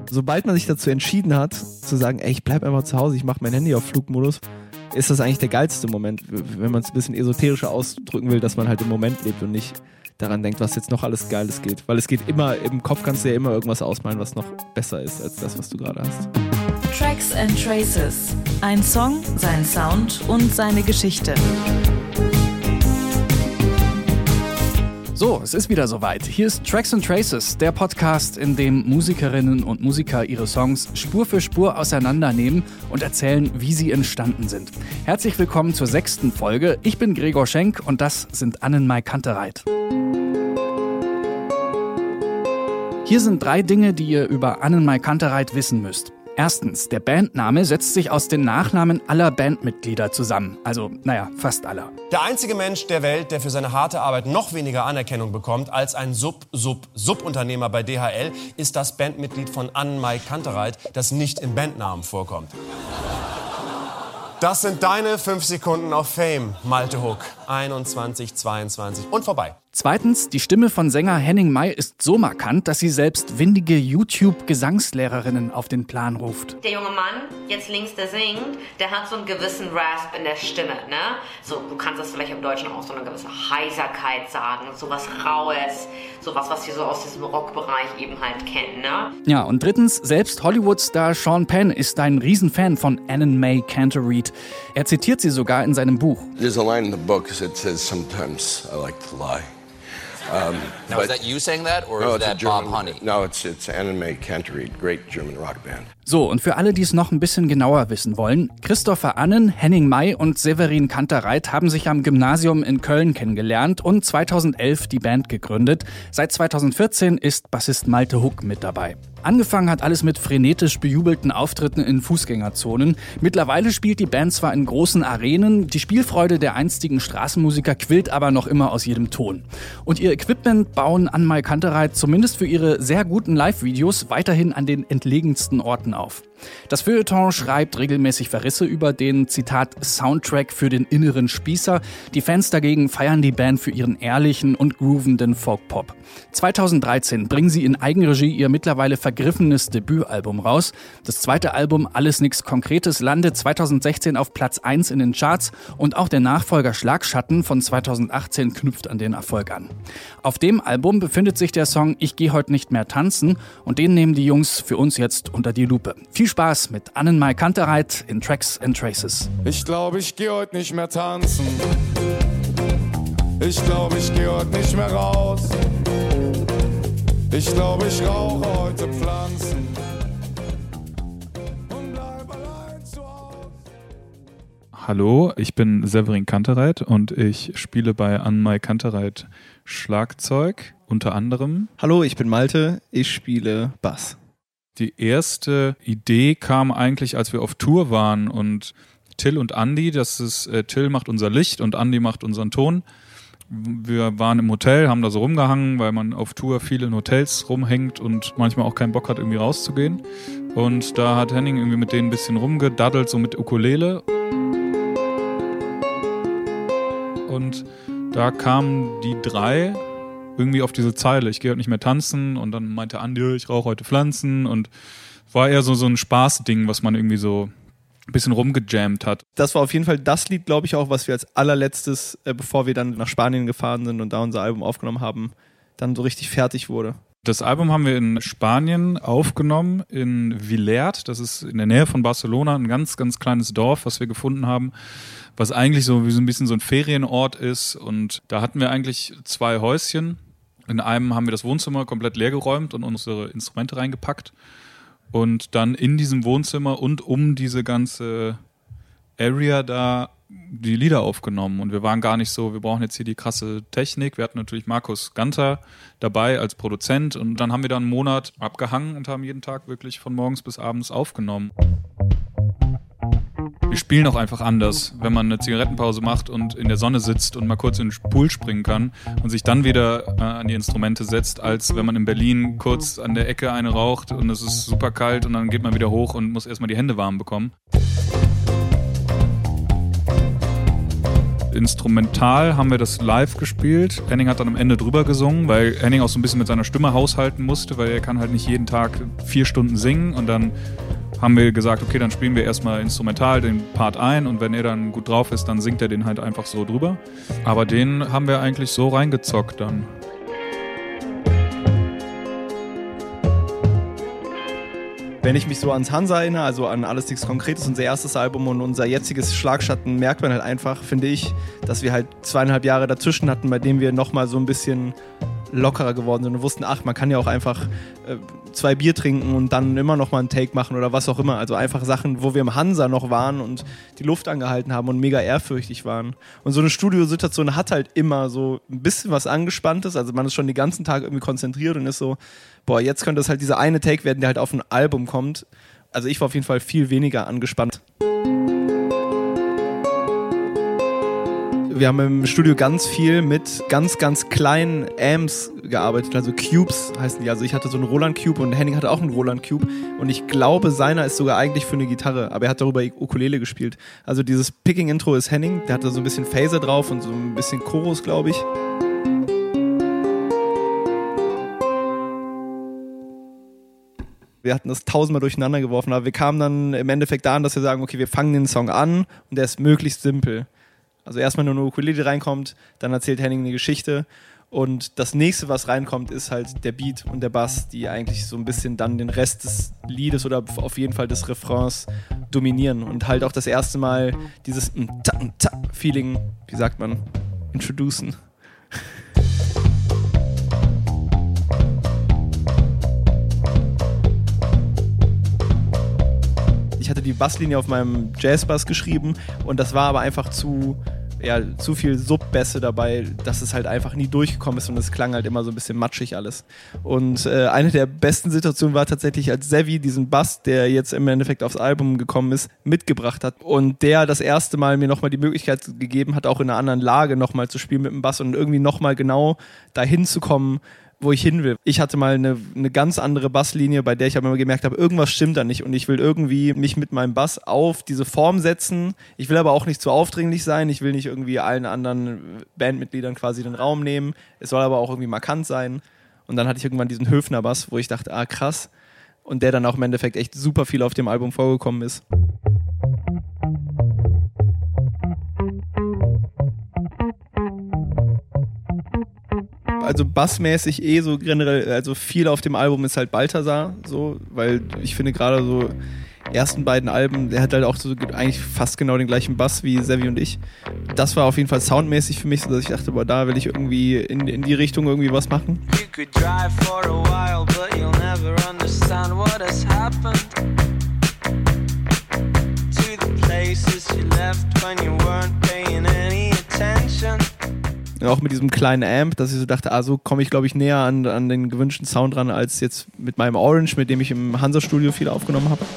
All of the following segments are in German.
Sobald man sich dazu entschieden hat, zu sagen, ey, ich bleib einfach zu Hause, ich mache mein Handy auf Flugmodus, ist das eigentlich der geilste Moment, wenn man es ein bisschen esoterischer ausdrücken will, dass man halt im Moment lebt und nicht daran denkt, was jetzt noch alles Geiles geht. Weil es geht immer, im Kopf kannst du ja immer irgendwas ausmalen, was noch besser ist als das, was du gerade hast. Tracks and Traces. Ein Song, sein Sound und seine Geschichte. So, es ist wieder soweit. Hier ist Tracks and Traces, der Podcast, in dem Musikerinnen und Musiker ihre Songs Spur für Spur auseinandernehmen und erzählen, wie sie entstanden sind. Herzlich willkommen zur 6. Folge. Ich bin Gregor Schenk und das sind Annenmai Kantereit. Hier sind 3 Dinge, die ihr über Annenmai Kantereit wissen müsst. Erstens, der Bandname setzt sich aus den Nachnamen aller Bandmitglieder zusammen. Also, fast aller. Der einzige Mensch der Welt, der für seine harte Arbeit noch weniger Anerkennung bekommt als ein Subunternehmer bei DHL, ist das Bandmitglied von Annenmai Kantereit, das nicht im Bandnamen vorkommt. Das sind deine 5 Sekunden auf Fame, Malte Hook. 21, 22 und vorbei. Zweitens, die Stimme von Sänger Henning Mai ist so markant, dass sie selbst windige YouTube-Gesangslehrerinnen auf den Plan ruft. Der junge Mann, jetzt links, der singt, der hat so einen gewissen Rasp in der Stimme, ne? So, du kannst das vielleicht im Deutschen auch so eine gewisse Heiserkeit sagen, so was Raues, so was wir so aus diesem Rockbereich eben halt kennen, ne? Ja, und drittens, selbst Hollywood-Star Sean Penn ist ein Riesenfan von Annenmai Kantereit. Er zitiert sie sogar in seinem Buch. There's a line in the book that says, sometimes I like to lie. Now, is that you saying that, or is that Bob Honey? No, it's Annenmai Kantereit, great German rock band. So, und für alle, die es noch ein bisschen genauer wissen wollen, Christopher Annen, Henning Mai und Severin Kantereit haben sich am Gymnasium in Köln kennengelernt und 2011 die Band gegründet. Seit 2014 ist Bassist Malte Hook mit dabei. Angefangen hat alles mit frenetisch bejubelten Auftritten in Fußgängerzonen. Mittlerweile spielt die Band zwar in großen Arenen, die Spielfreude der einstigen Straßenmusiker quillt aber noch immer aus jedem Ton. Und ihr Equipment bauen Annenmai Kantereit zumindest für ihre sehr guten Live-Videos weiterhin an den entlegensten Orten auf. Das Feuilleton schreibt regelmäßig Verrisse über den, Zitat, Soundtrack für den inneren Spießer. Die Fans dagegen feiern die Band für ihren ehrlichen und groovenden Folk-Pop. 2013 bringen sie in Eigenregie ihr mittlerweile vergriffenes Debütalbum raus. Das zweite Album Alles Nix Konkretes landet 2016 auf Platz 1 in den Charts und auch der Nachfolger Schlagschatten von 2018 knüpft an den Erfolg an. Auf dem Album befindet sich der Song Ich geh heute nicht mehr tanzen und den nehmen die Jungs für uns jetzt unter die Lupe. Viel Spaß mit Annenmai Kantereit in Tracks and Traces. Ich glaube, ich geh heute nicht mehr tanzen. Ich glaube, ich geh heute nicht mehr raus. Ich glaube, ich rauche heute Pflanzen. Und bleib allein zu Hause. Hallo, ich bin Severin Kantereit und ich spiele bei Annenmai Kantereit Schlagzeug, unter anderem. Hallo, ich bin Malte, ich spiele Bass. Die erste Idee kam eigentlich, als wir auf Tour waren und Till und Andi, Till macht unser Licht und Andi macht unseren Ton. Wir waren im Hotel, haben da so rumgehangen, weil man auf Tour viel in Hotels rumhängt und manchmal auch keinen Bock hat, irgendwie rauszugehen. Und da hat Henning irgendwie mit denen ein bisschen rumgedaddelt, so mit Ukulele. Und da kamen die 3 irgendwie auf diese Zeile, ich gehe heute nicht mehr tanzen, und dann meinte Andi, ich rauche heute Pflanzen, und war eher so ein Spaßding, was man irgendwie so ein bisschen rumgejammt hat. Das war auf jeden Fall das Lied, glaube ich, auch, was wir als allerletztes, bevor wir dann nach Spanien gefahren sind und da unser Album aufgenommen haben, dann so richtig fertig wurde. Das Album haben wir in Spanien aufgenommen, in Villert, das ist in der Nähe von Barcelona, ein ganz, ganz kleines Dorf, was wir gefunden haben, was eigentlich so wie so ein bisschen so ein Ferienort ist, und da hatten wir eigentlich 2 Häuschen. In einem haben wir das Wohnzimmer komplett leer geräumt und unsere Instrumente reingepackt und dann in diesem Wohnzimmer und um diese ganze Area da die Lieder aufgenommen. Und wir waren gar nicht so, wir brauchen jetzt hier die krasse Technik. Wir hatten natürlich Markus Ganter dabei als Produzent, und dann haben wir da einen Monat abgehangen und haben jeden Tag wirklich von morgens bis abends aufgenommen. Wir spielen auch einfach anders, wenn man eine Zigarettenpause macht und in der Sonne sitzt und mal kurz in den Pool springen kann und sich dann wieder an die Instrumente setzt, als wenn man in Berlin kurz an der Ecke eine raucht und es ist super kalt und dann geht man wieder hoch und muss erstmal die Hände warm bekommen. instrumental haben wir das live gespielt. Henning hat dann am Ende drüber gesungen, weil Henning auch so ein bisschen mit seiner Stimme haushalten musste, weil er kann halt nicht jeden Tag 4 Stunden singen. Und dann haben wir gesagt, okay, dann spielen wir erstmal instrumental den Part ein und wenn er dann gut drauf ist, dann singt er den halt einfach so drüber. Aber den haben wir eigentlich so reingezockt dann. Wenn ich mich so ans Hansa erinnere, also an Alles Nichts Konkretes, unser erstes Album und unser jetziges Schlagschatten, merkt man halt einfach, finde ich, dass wir halt 2,5 Jahre dazwischen hatten, bei denen wir nochmal so ein bisschen lockerer geworden sind und wussten, ach, man kann ja auch einfach 2 Bier trinken und dann immer noch mal einen Take machen oder was auch immer. Also einfach Sachen, wo wir im Hansa noch waren und die Luft angehalten haben und mega ehrfürchtig waren. Und so eine Studiosituation hat halt immer so ein bisschen was Angespanntes. Also man ist schon den ganzen Tag irgendwie konzentriert und ist so, boah, jetzt könnte das halt dieser eine Take werden, der halt auf ein Album kommt. Also ich war auf jeden Fall viel weniger angespannt. Wir haben im Studio ganz viel mit ganz, ganz kleinen Amps gearbeitet, also Cubes heißen die. Also ich hatte so einen Roland Cube und Henning hatte auch einen Roland Cube und ich glaube, seiner ist sogar eigentlich für eine Gitarre, aber er hat darüber Ukulele gespielt. Also dieses Picking-Intro ist Henning, der hatte so ein bisschen Phaser drauf und so ein bisschen Chorus, glaube ich. Wir hatten das 1000-mal durcheinander geworfen, aber wir kamen dann im Endeffekt daran, dass wir sagen, okay, wir fangen den Song an und der ist möglichst simpel. Also erstmal nur eine Ukulele reinkommt, dann erzählt Henning eine Geschichte und das nächste, was reinkommt, ist halt der Beat und der Bass, die eigentlich so ein bisschen dann den Rest des Liedes oder auf jeden Fall des Refrains dominieren und halt auch das erste Mal dieses Feeling, wie sagt man, introducen. Ich hatte die Basslinie auf meinem Jazzbass geschrieben und das war aber einfach zu viel Subbässe dabei, dass es halt einfach nie durchgekommen ist und es klang halt immer so ein bisschen matschig alles. Und eine der besten Situationen war tatsächlich, als Sevi diesen Bass, der jetzt im Endeffekt aufs Album gekommen ist, mitgebracht hat und der das erste Mal mir nochmal die Möglichkeit gegeben hat, auch in einer anderen Lage nochmal zu spielen mit dem Bass und irgendwie nochmal genau dahin zu kommen, wo ich hin will. Ich hatte mal eine ganz andere Basslinie, bei der ich aber immer gemerkt habe, irgendwas stimmt da nicht und ich will irgendwie mich mit meinem Bass auf diese Form setzen. Ich will aber auch nicht zu aufdringlich sein. Ich will nicht irgendwie allen anderen Bandmitgliedern quasi den Raum nehmen. Es soll aber auch irgendwie markant sein. Und dann hatte ich irgendwann diesen Höfner-Bass, wo ich dachte, krass. Und der dann auch im Endeffekt echt super viel auf dem Album vorgekommen ist. Also bassmäßig so generell, also viel auf dem Album ist halt Balthasar, so, weil ich finde gerade so ersten beiden Alben, der hat halt auch so eigentlich fast genau den gleichen Bass wie Sevi und ich. Das war auf jeden Fall soundmäßig für mich, so dass ich dachte, boah, da will ich irgendwie in die Richtung irgendwie was machen. You could drive for a while, but you'll never understand what has happened to the places you left when you weren't paying any attention. Auch mit diesem kleinen Amp, dass ich so dachte, so komme ich, glaube ich, näher an den gewünschten Sound ran, als jetzt mit meinem Orange, mit dem ich im Hansa-Studio viel aufgenommen habe.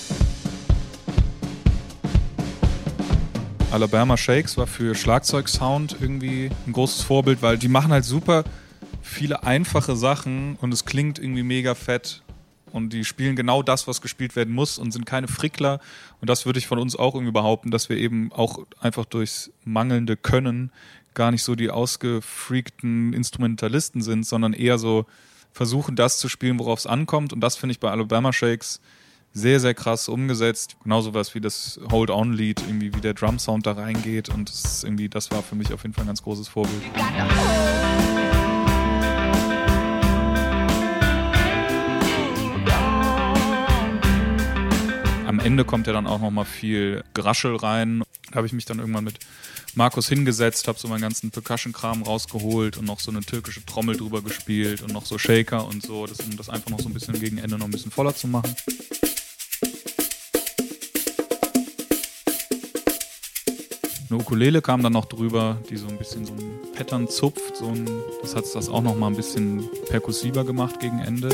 Alabama Shakes war für Schlagzeugsound irgendwie ein großes Vorbild, weil die machen halt super viele einfache Sachen und es klingt irgendwie mega fett. Und die spielen genau das, was gespielt werden muss und sind keine Frickler. Und das würde ich von uns auch irgendwie behaupten, dass wir eben auch einfach durchs mangelnde Können gar nicht so die ausgefreakten Instrumentalisten sind, sondern eher so versuchen, das zu spielen, worauf es ankommt. Und das finde ich bei Alabama Shakes sehr, sehr krass umgesetzt. Genauso was wie das Hold-On-Lied, irgendwie wie der Drum-Sound da reingeht. Und das war für mich auf jeden Fall ein ganz großes Vorbild. Am Ende kommt ja dann auch nochmal viel Geraschel rein. Da habe ich mich dann irgendwann mit Markus hingesetzt, habe so meinen ganzen Percussion-Kram rausgeholt und noch so eine türkische Trommel drüber gespielt und noch so Shaker und so, um das einfach noch so ein bisschen gegen Ende noch ein bisschen voller zu machen. Eine Ukulele kam dann noch drüber, die so ein bisschen so ein Pattern zupft. Das hat das auch noch mal ein bisschen perkussiver gemacht gegen Ende.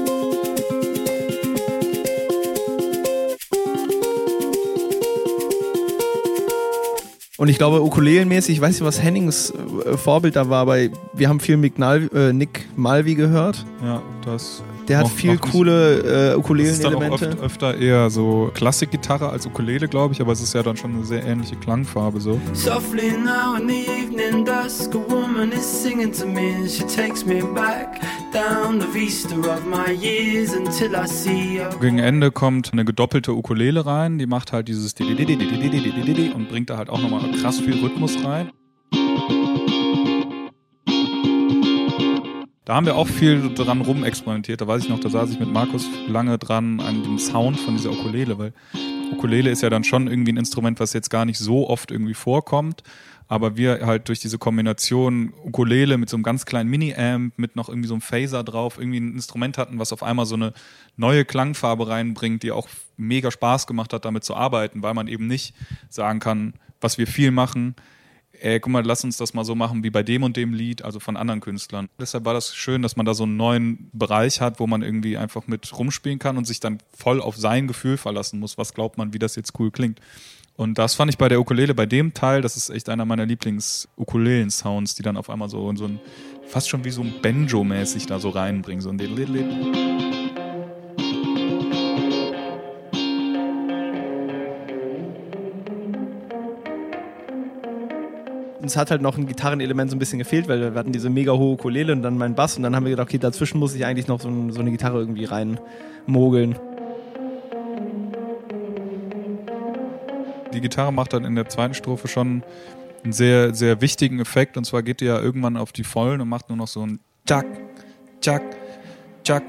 Und ich glaube, ukulelenmäßig, ich weiß nicht, was Hennings Vorbild da war, aber wir haben viel Nick Mulvey gehört. Ja, Der hat viel coole Ukulelen-Elemente. Das ist dann auch öfter eher so Klassikgitarre als Ukulele, glaube ich, aber es ist ja dann schon eine sehr ähnliche Klangfarbe so. Softly now in the evening dusk, a woman is singing to me and she takes me back down the vista of my years until I see her. Gegen Ende kommt eine gedoppelte Ukulele rein, die macht halt dieses und bringt da halt auch nochmal krass viel Rhythmus rein. Da haben wir auch viel dran rumexperimentiert. Da weiß ich noch, da saß ich mit Markus lange dran an dem Sound von dieser Ukulele, weil Ukulele ist ja dann schon irgendwie ein Instrument, was jetzt gar nicht so oft irgendwie vorkommt, aber wir halt durch diese Kombination Ukulele mit so einem ganz kleinen Mini-Amp, mit noch irgendwie so einem Phaser drauf, irgendwie ein Instrument hatten, was auf einmal so eine neue Klangfarbe reinbringt, die auch mega Spaß gemacht hat, damit zu arbeiten, weil man eben nicht sagen kann, was wir viel machen, guck mal, lass uns das mal so machen wie bei dem und dem Lied, also von anderen Künstlern. Deshalb war das schön, dass man da so einen neuen Bereich hat, wo man irgendwie einfach mit rumspielen kann und sich dann voll auf sein Gefühl verlassen muss. Was glaubt man, wie das jetzt cool klingt? Und das fand ich bei der Ukulele, bei dem Teil, das ist echt einer meiner Lieblings-Ukulelen-Sounds, die dann auf einmal so ein fast schon wie so ein Banjo-mäßig da so reinbringen, so ein Uns hat halt noch ein Gitarrenelement so ein bisschen gefehlt, weil wir hatten diese mega hohe Ukulele und dann meinen Bass und dann haben wir gedacht, okay, dazwischen muss ich eigentlich noch so eine Gitarre irgendwie reinmogeln. Die Gitarre macht dann in der zweiten Strophe schon einen sehr, sehr wichtigen Effekt, und zwar geht die ja irgendwann auf die Vollen und macht nur noch so ein Tschak, Tschak, Tschak.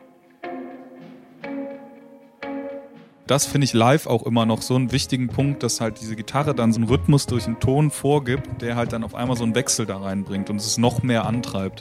Das finde ich live auch immer noch so einen wichtigen Punkt, dass halt diese Gitarre dann so einen Rhythmus durch einen Ton vorgibt, der halt dann auf einmal so einen Wechsel da reinbringt und es noch mehr antreibt.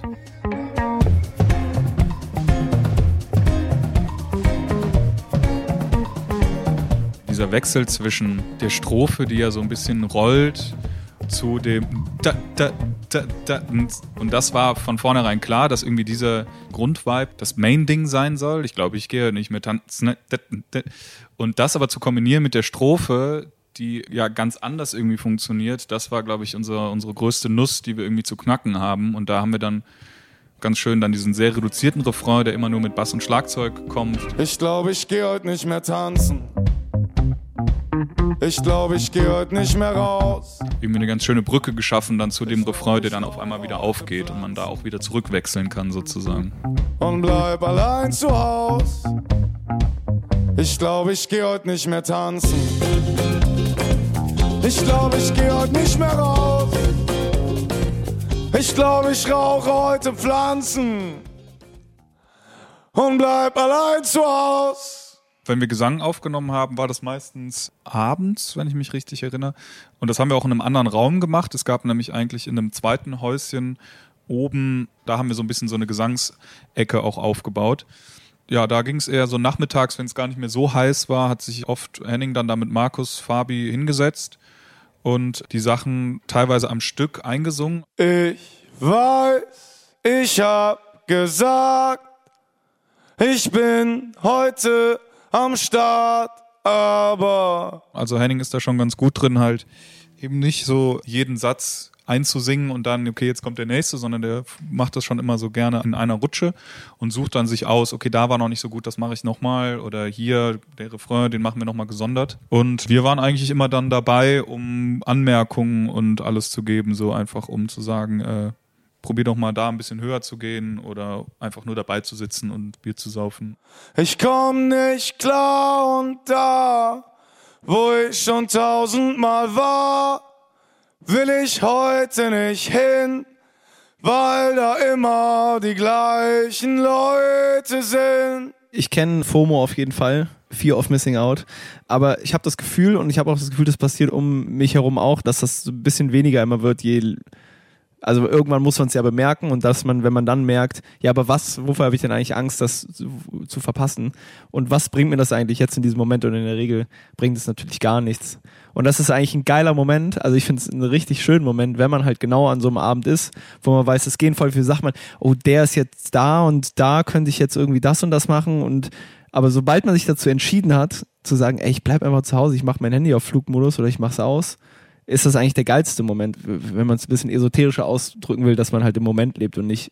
Dieser Wechsel zwischen der Strophe, die ja so ein bisschen rollt, zu dem da, da, da, da. Und das war von vornherein klar, dass irgendwie dieser Grundvibe das Main-Ding sein soll. Ich glaube, ich gehe nicht mehr tanzen. Und das aber zu kombinieren mit der Strophe, die ja ganz anders irgendwie funktioniert, das war, glaube ich, unsere größte Nuss, die wir irgendwie zu knacken haben. Und da haben wir dann ganz schön dann diesen sehr reduzierten Refrain, der immer nur mit Bass und Schlagzeug kommt. Ich glaube, ich gehe heute nicht mehr tanzen. Ich glaube, ich gehe heute nicht mehr raus. Irgendwie eine ganz schöne Brücke geschaffen dann zu dem Refrain, der dann auf einmal wieder aufgeht und man da auch wieder zurückwechseln kann sozusagen. Und bleib allein zu Haus. Ich glaube, ich gehe heute nicht mehr tanzen. Ich glaube, ich gehe heute nicht mehr raus. Ich glaube, ich rauche heute Pflanzen. Und bleib allein zu Haus. Wenn wir Gesang aufgenommen haben, war das meistens abends, wenn ich mich richtig erinnere. Und das haben wir auch in einem anderen Raum gemacht. Es gab nämlich eigentlich in einem zweiten Häuschen oben, da haben wir so ein bisschen so eine Gesangsecke auch aufgebaut. Ja, da ging es eher so nachmittags, wenn es gar nicht mehr so heiß war, hat sich oft Henning dann da mit Markus, Fabi hingesetzt und die Sachen teilweise am Stück eingesungen. Ich weiß, ich hab gesagt, ich bin heute am Start, aber... Also Henning ist da schon ganz gut drin, halt eben nicht so jeden Satz einzusingen und dann, okay, jetzt kommt der nächste, sondern der macht das schon immer so gerne in einer Rutsche und sucht dann sich aus, okay, da war noch nicht so gut, das mache ich nochmal, oder hier, der Refrain, den machen wir nochmal gesondert. Und wir waren eigentlich immer dann dabei, um Anmerkungen und alles zu geben, so einfach um zu sagen, probier doch mal da ein bisschen höher zu gehen oder einfach nur dabei zu sitzen und Bier zu saufen. Ich komm nicht klar und da, wo ich schon 1000-mal war, will ich heute nicht hin, weil da immer die gleichen Leute sind. Ich kenne FOMO auf jeden Fall, Fear of Missing Out, aber ich habe das Gefühl und ich habe auch das Gefühl, das passiert um mich herum auch, dass das so ein bisschen weniger immer wird, also irgendwann muss man es ja bemerken und dass man, wenn man dann merkt, ja, aber wovor habe ich denn eigentlich Angst, das zu verpassen? Und was bringt mir das eigentlich jetzt in diesem Moment? Und in der Regel bringt es natürlich gar nichts. Und das ist eigentlich ein geiler Moment. Also ich finde es einen richtig schönen Moment, wenn man halt genau an so einem Abend ist, wo man weiß, es gehen voll viele Sachen. Oh, der ist jetzt da und da könnte ich jetzt irgendwie das und das machen. Aber sobald man sich dazu entschieden hat, zu sagen, ey, ich bleib einfach zu Hause, ich mache mein Handy auf Flugmodus oder ich mache es aus, ist das eigentlich der geilste Moment, wenn man es ein bisschen esoterischer ausdrücken will, dass man halt im Moment lebt und nicht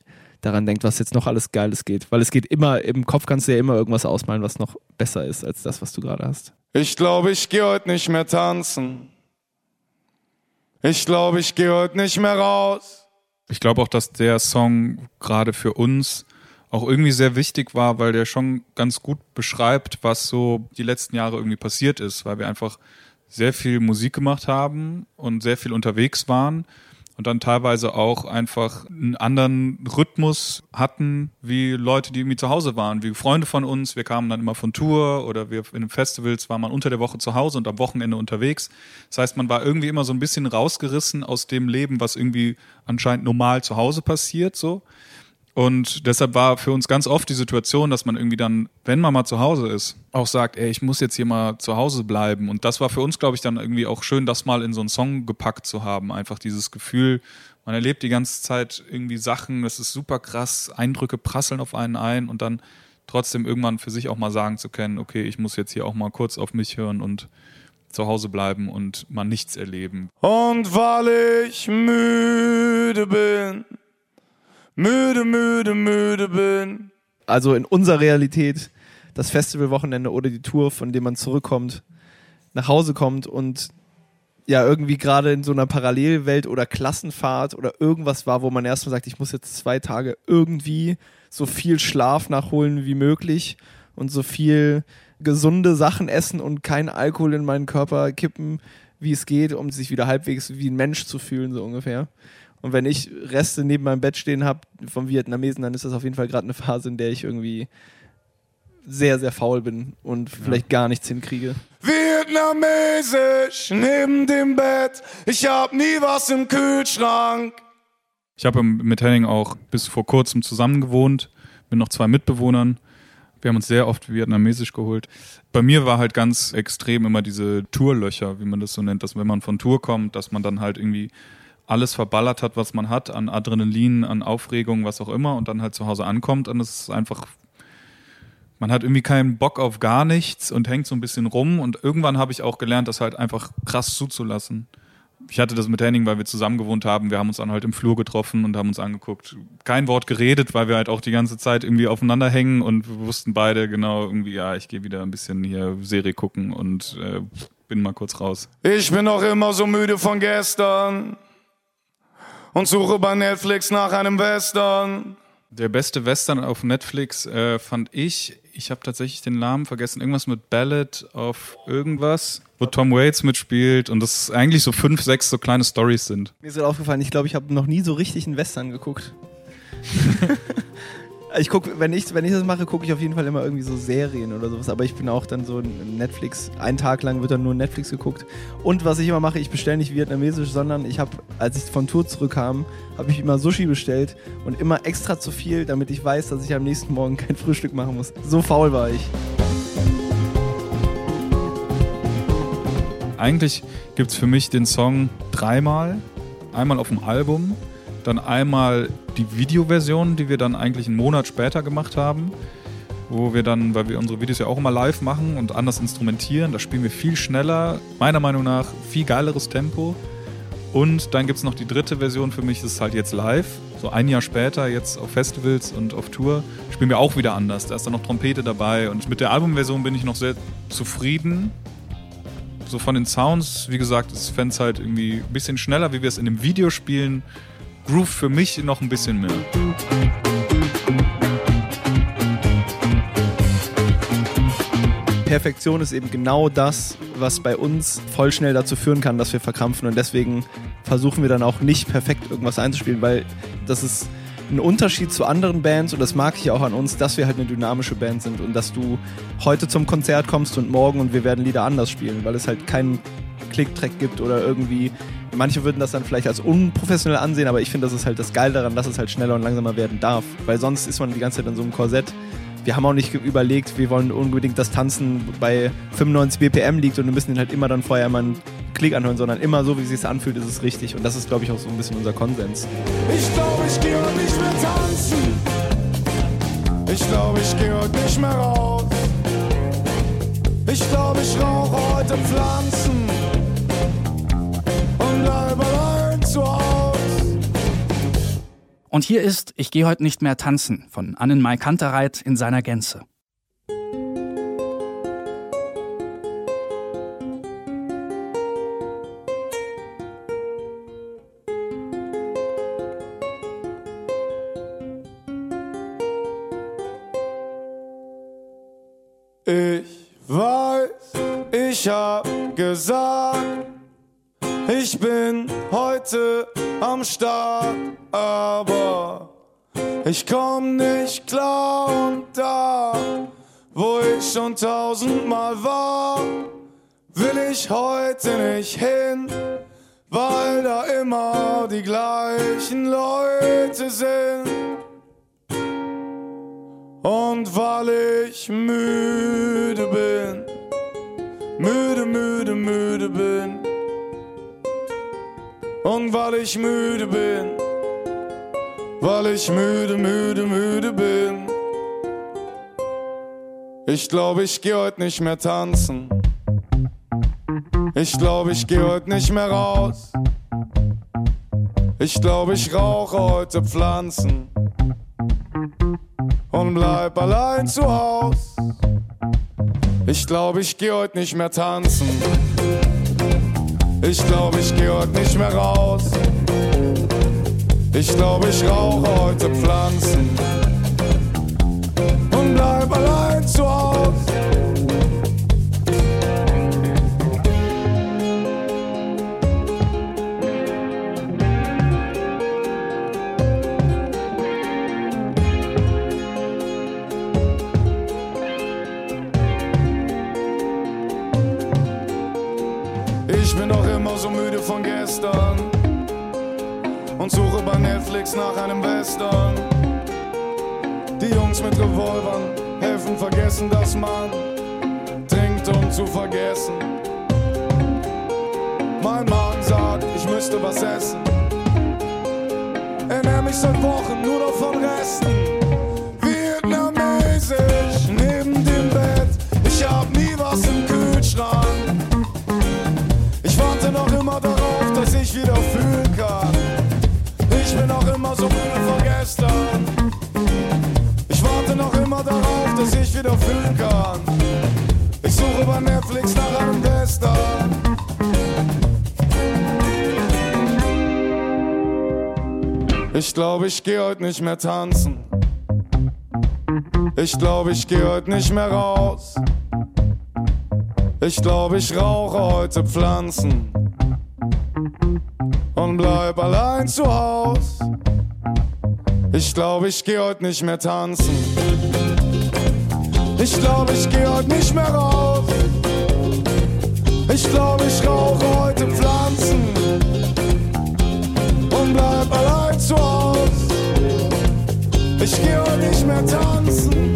daran denkt, was jetzt noch alles Geiles geht. Weil es geht immer, im Kopf kannst du ja immer irgendwas ausmalen, was noch besser ist als das, was du gerade hast. Ich glaube, ich gehe heute nicht mehr tanzen. Ich glaube, ich gehe heute nicht mehr raus. Ich glaube auch, dass der Song gerade für uns auch irgendwie sehr wichtig war, weil der schon ganz gut beschreibt, was so die letzten Jahre irgendwie passiert ist, weil wir einfach sehr viel Musik gemacht haben und sehr viel unterwegs waren und dann teilweise auch einfach einen anderen Rhythmus hatten, wie Leute, die irgendwie zu Hause waren, wie Freunde von uns. Wir kamen dann immer von Tour oder wir in den Festivals war man unter der Woche zu Hause und am Wochenende unterwegs. Das heißt, man war irgendwie immer so ein bisschen rausgerissen aus dem Leben, was irgendwie anscheinend normal zu Hause passiert, so. Und deshalb war für uns ganz oft die Situation, dass man irgendwie dann, wenn man mal zu Hause ist, auch sagt, ey, ich muss jetzt hier mal zu Hause bleiben. Und das war für uns, glaube ich, dann irgendwie auch schön, das mal in so einen Song gepackt zu haben. Einfach dieses Gefühl, man erlebt die ganze Zeit irgendwie Sachen, das ist super krass, Eindrücke prasseln auf einen ein und dann trotzdem irgendwann für sich auch mal sagen zu können, okay, ich muss jetzt hier auch mal kurz auf mich hören und zu Hause bleiben und mal nichts erleben. Und weil ich müde bin, müde bin. Also in unserer Realität, das Festivalwochenende oder die Tour, von dem man zurückkommt, nach Hause kommt und ja irgendwie gerade in so einer Parallelwelt oder Klassenfahrt oder irgendwas war, wo man erstmal sagt, ich muss jetzt 2 Tage irgendwie so viel Schlaf nachholen wie möglich und so viel gesunde Sachen essen und keinen Alkohol in meinen Körper kippen, wie es geht, um sich wieder halbwegs wie ein Mensch zu fühlen, so ungefähr. Und wenn ich Reste neben meinem Bett stehen habe vom Vietnamesen, dann ist das auf jeden Fall gerade eine Phase, in der ich irgendwie sehr, sehr faul bin und vielleicht gar nichts hinkriege. Vietnamesisch neben dem Bett, ich hab nie was im Kühlschrank. Ich habe mit Henning auch bis vor kurzem zusammen gewohnt, mit noch 2 Mitbewohnern. Wir haben uns sehr oft Vietnamesisch geholt. Bei mir war halt ganz extrem immer diese Tourlöcher, wie man das so nennt, dass wenn man von Tour kommt, dass man dann halt irgendwie alles verballert hat, was man hat, an Adrenalin, an Aufregung, was auch immer, und dann halt zu Hause ankommt und es ist einfach, man hat irgendwie keinen Bock auf gar nichts und hängt so ein bisschen rum und irgendwann habe ich auch gelernt, das halt einfach krass zuzulassen. Ich hatte das mit Henning, weil wir zusammen gewohnt haben, wir haben uns dann halt im Flur getroffen und haben uns angeguckt. Kein Wort geredet, weil wir halt auch die ganze Zeit irgendwie aufeinander hängen und wir wussten beide genau irgendwie, ja, ich gehe wieder ein bisschen hier Serie gucken und bin mal kurz raus. Ich bin noch immer so müde von gestern und suche bei Netflix nach einem Western. Der beste Western auf Netflix fand ich habe tatsächlich den Namen vergessen, irgendwas mit Ballad of irgendwas, wo Tom Waits mitspielt und das eigentlich so 5, 6 so kleine Storys sind. Mir ist gerade aufgefallen, ich glaube, ich habe noch nie so richtig einen Western geguckt. Ich gucke, wenn ich das mache, gucke ich auf jeden Fall immer irgendwie so Serien oder sowas. Aber ich bin auch dann so in Netflix. Einen Tag lang wird dann nur Netflix geguckt. Und was ich immer mache, ich bestelle nicht vietnamesisch, sondern als ich von Tour zurückkam, habe ich immer Sushi bestellt und immer extra zu viel, damit ich weiß, dass ich am nächsten Morgen kein Frühstück machen muss. So faul war ich. Eigentlich gibt es für mich den Song 3-mal. Einmal auf dem Album, dann einmal die Videoversion, die wir dann eigentlich einen Monat später gemacht haben, wo wir dann, weil wir unsere Videos ja auch immer live machen und anders instrumentieren, da spielen wir viel schneller, meiner Meinung nach viel geileres Tempo. Und dann gibt es noch die 3. Version für mich, das ist halt jetzt live, so ein Jahr später, jetzt auf Festivals und auf Tour, spielen wir auch wieder anders, da ist dann noch Trompete dabei und mit der Albumversion bin ich noch sehr zufrieden. So von den Sounds, wie gesagt, ich fände es halt irgendwie ein bisschen schneller, wie wir es in dem Video spielen, Groove für mich noch ein bisschen mehr. Perfektion ist eben genau das, was bei uns voll schnell dazu führen kann, dass wir verkrampfen und deswegen versuchen wir dann auch nicht perfekt irgendwas einzuspielen, weil das ist ein Unterschied zu anderen Bands und das mag ich auch an uns, dass wir halt eine dynamische Band sind und dass du heute zum Konzert kommst und morgen und wir werden Lieder anders spielen, weil es halt keinen Klicktrack gibt oder irgendwie, manche würden das dann vielleicht als unprofessionell ansehen, aber ich finde, das ist halt das Geile daran, dass es halt schneller und langsamer werden darf, weil sonst ist man die ganze Zeit in so einem Korsett. Wir haben auch nicht überlegt, wir wollen unbedingt, dass Tanzen bei 95 BPM liegt und wir müssen den halt immer dann vorher mal einen Klick anhören, sondern immer so, wie es sich anfühlt, ist es richtig. Und das ist, glaube ich, auch so ein bisschen unser Konsens. Ich glaube, ich gehe heute nicht mehr tanzen. Ich glaube, ich gehe heute nicht mehr raus. Ich glaube, ich rauche heute Pflanzen und bleibe allein zu Hause. Und hier ist Ich gehe heute nicht mehr tanzen von Annenmai Kantereit in seiner Gänze. Ich weiß, ich hab gesagt, ich bin heute am Start, aber ich komm nicht klar und da, wo ich schon 1000-mal war, will ich heute nicht hin, weil da immer die gleichen Leute sind. Und weil ich müde bin, müde bin. Und weil ich müde bin, weil ich müde bin. Ich glaube, ich geh heute nicht mehr tanzen. Ich glaube, ich geh heute nicht mehr raus. Ich glaube, ich rauche heute Pflanzen und bleib allein zu Haus. Ich glaube, ich geh heute nicht mehr tanzen. Ich glaube, ich geh heute nicht mehr raus. Ich glaube, ich rauche heute Pflanzen und bleib allein zu Haus. Ich bin doch immer so müde von gestern und suche bei Netflix nach einem Western. Die Jungs mit Revolvern helfen vergessen, dass man trinkt, um zu vergessen. Mein Magen sagt, ich müsste was essen. Ernähr mich seit Wochen nur noch von Resten. Vietnamesisch neben dem Bett. Ich hab nie was im Kühlschrank. Ich warte noch immer darauf, dass ich wieder fühlen kann. Ich bin noch immer so müde von gestern. Ich warte noch immer darauf, dass ich wieder fühlen kann. Ich suche bei Netflix nach einem Western. Ich glaube, ich geh heute nicht mehr tanzen. Ich glaube, ich geh heute nicht mehr raus. Ich glaube, ich rauche heute Pflanzen und bleib allein zu Haus. Ich glaube, ich geh heute nicht mehr tanzen. Ich glaube, ich geh heute nicht mehr raus. Ich glaube, ich rauche heute Pflanzen und bleib allein zu Haus. Ich geh heute nicht mehr tanzen.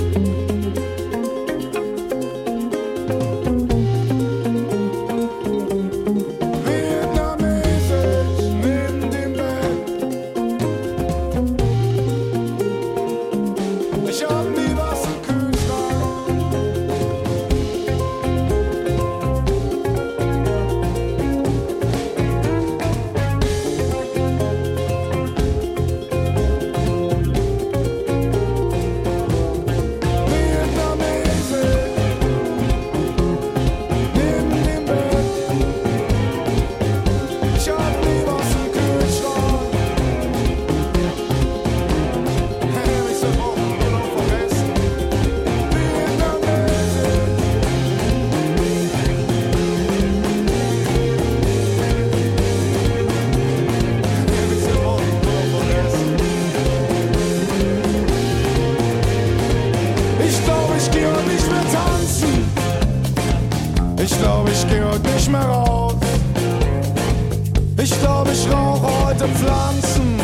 Ich glaube, ich geh heute nicht mehr raus. Ich glaube, ich rauche heute Pflanzen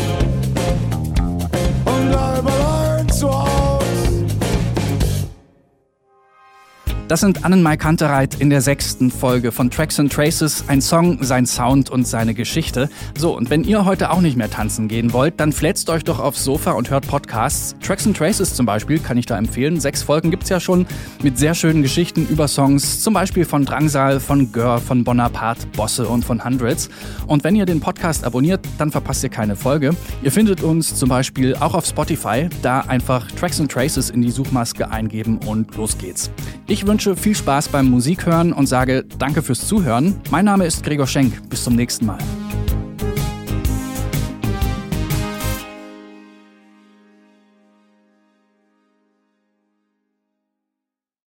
und bleib allein zu Haus. Das sind Annenmai Kantereit in der 6. Folge von Tracks and Traces, ein Song, sein Sound und seine Geschichte. So, und wenn ihr heute auch nicht mehr tanzen gehen wollt, dann flätzt euch doch aufs Sofa und hört Podcasts. Tracks and Traces zum Beispiel kann ich da empfehlen. 6 Folgen gibt's ja schon mit sehr schönen Geschichten über Songs, zum Beispiel von Drangsal, von Gör, von Bonaparte, Bosse und von Hundreds. Und wenn ihr den Podcast abonniert, dann verpasst ihr keine Folge. Ihr findet uns zum Beispiel auch auf Spotify, da einfach Tracks and Traces in die Suchmaske eingeben und los geht's. Ich wünsche viel Spaß beim Musikhören und sage danke fürs Zuhören. Mein Name ist Gregor Schenk. Bis zum nächsten Mal.